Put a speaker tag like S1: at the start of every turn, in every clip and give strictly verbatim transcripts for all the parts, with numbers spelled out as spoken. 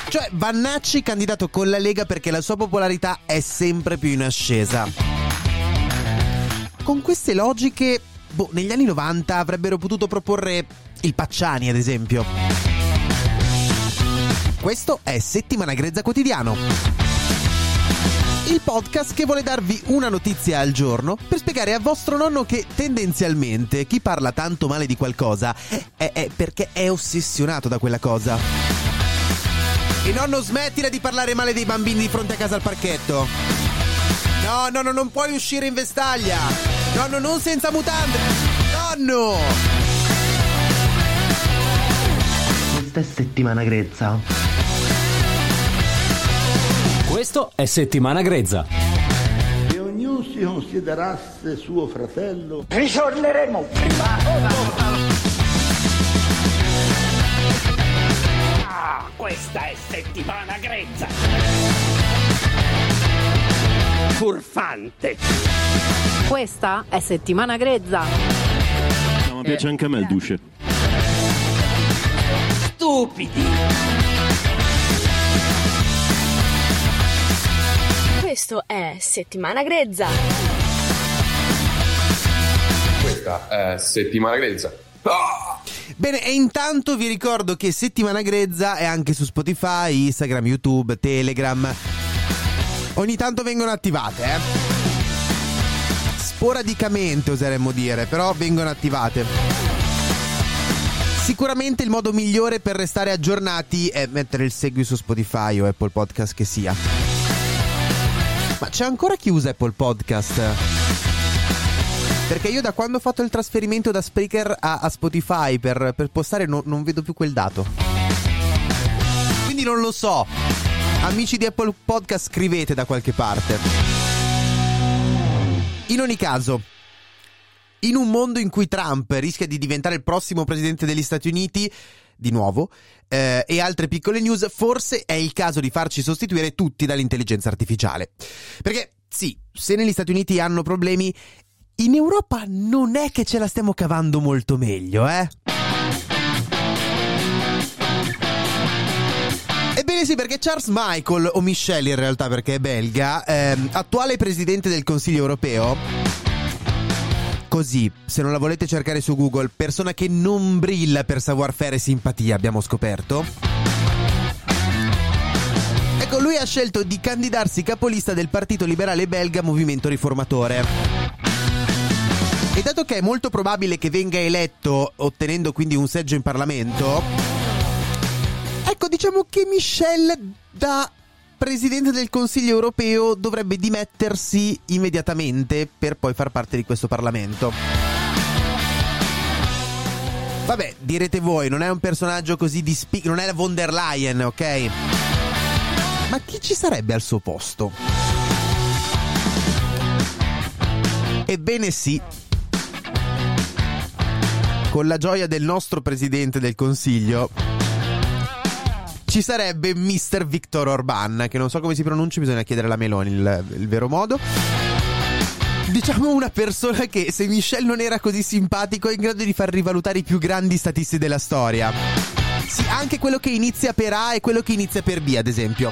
S1: Cioè, Vannacci candidato con la Lega perché la sua popolarità è sempre più in ascesa. Con queste logiche, boh, negli anni novanta avrebbero potuto proporre il Pacciani, ad esempio. Questo è Settimana Grezza Quotidiano, il podcast che vuole darvi una notizia al giorno per spiegare a vostro nonno che tendenzialmente chi parla tanto male di qualcosa è, è perché è ossessionato da quella cosa. E nonno, smettila di parlare male dei bambini di fronte a casa al parchetto. No, nonno, non puoi uscire in vestaglia. Nonno, non senza mutande. Nonno!
S2: Questa è Settimana Grezza.
S3: Questo è Settimana Grezza.
S4: Se ognuno si considerasse suo fratello,
S5: ritorneremo prima. Ah, questa è Settimana Grezza. Furfante.
S6: Questa è Settimana Grezza.
S7: No, ma piace anche a me il duce.
S5: Stupidi.
S8: Questo è Settimana Grezza.
S9: Questa è Settimana Grezza. Ah!
S1: Bene, e intanto vi ricordo che Settimana Grezza è anche su Spotify, Instagram, YouTube, Telegram. Ogni tanto vengono attivate, eh. Sporadicamente oseremmo dire, però vengono attivate. Sicuramente il modo migliore per restare aggiornati è mettere il segui su Spotify o Apple Podcast che sia. Ma c'è ancora chi usa Apple Podcast? Perché io da quando ho fatto il trasferimento da Spreaker a, a Spotify per, per postare no, non vedo più quel dato. Quindi non lo so. Amici di Apple Podcast, scrivete da qualche parte. In ogni caso, in un mondo in cui Trump rischia di diventare il prossimo presidente degli Stati Uniti, di nuovo, eh, e altre piccole news, forse è il caso di farci sostituire tutti dall'intelligenza artificiale. Perché sì, se negli Stati Uniti hanno problemi, in Europa non è che ce la stiamo cavando molto meglio, eh? Ebbene sì, perché Charles Michael, o Michel in realtà perché è belga, ehm, attuale presidente del Consiglio europeo, così, se non la volete cercare su Google, persona che non brilla per savoir-faire e simpatia, abbiamo scoperto. Ecco, lui ha scelto di candidarsi capolista del partito liberale belga Movimento Riformatore. E dato che è molto probabile che venga eletto, ottenendo quindi un seggio in Parlamento, ecco, diciamo che Michel, da presidente del Consiglio europeo, dovrebbe dimettersi immediatamente per poi far parte di questo Parlamento. Vabbè, direte voi, non è un personaggio così di spic- non è la von der Leyen, ok? Ma chi ci sarebbe al suo posto? Ebbene sì, con la gioia del nostro presidente del Consiglio ci sarebbe mister Viktor Orbán, che non so come si pronuncia, bisogna chiedere alla Meloni il, il vero modo. Diciamo una persona che, se Michel non era così simpatico, è in grado di far rivalutare i più grandi statisti della storia. Sì, anche quello che inizia per A e quello che inizia per B, ad esempio.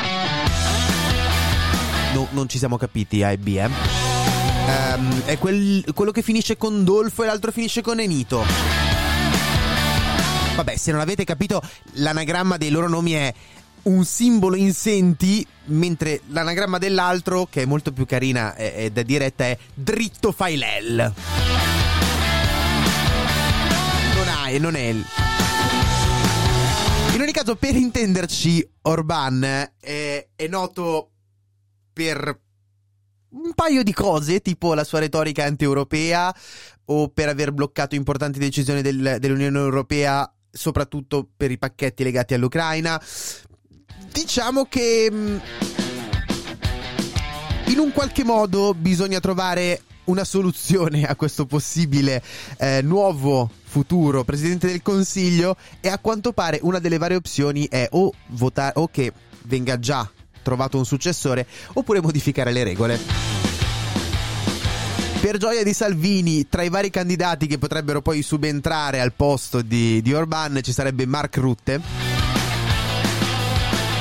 S1: No, non ci siamo capiti A e B, eh. Um, è quel, quello che finisce con Dolfo e l'altro finisce con Enito. Vabbè, se non avete capito, l'anagramma dei loro nomi è un simbolo in senti, mentre l'anagramma dell'altro, che è molto più carina e, e da diretta, è dritto fai l'L. Non ha e non è il. In ogni caso, per intenderci, Orbán è, è noto per un paio di cose, tipo la sua retorica anti-europea, o per aver bloccato importanti decisioni del, dell'Unione Europea, soprattutto per i pacchetti legati all'Ucraina. Diciamo che in un qualche modo bisogna trovare una soluzione a questo possibile eh, nuovo futuro presidente del Consiglio, e a quanto pare una delle varie opzioni è o votare, o che venga già trovato un successore, oppure modificare le regole. Per gioia di Salvini, tra i vari candidati che potrebbero poi subentrare al posto di, di Orbán ci sarebbe Mark Rutte,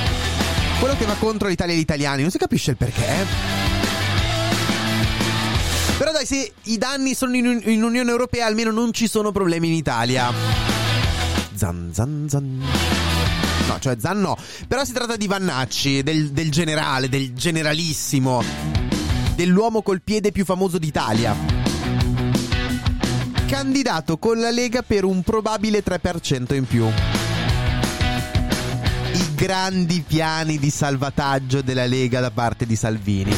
S1: quello che va contro l'Italia e gli italiani, non si capisce il perché. Però dai, se i danni sono in, in Unione Europea, almeno non ci sono problemi in Italia. Zan zan zan. No, cioè Zan no. Però si tratta di Vannacci, del, del generale, del generalissimo, dell'uomo col piede più famoso d'Italia. Candidato con la Lega per un probabile tre per cento in più. I grandi piani di salvataggio della Lega da parte di Salvini.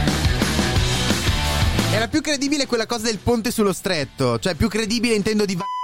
S1: Era più credibile quella cosa del ponte sullo stretto. Cioè più credibile intendo di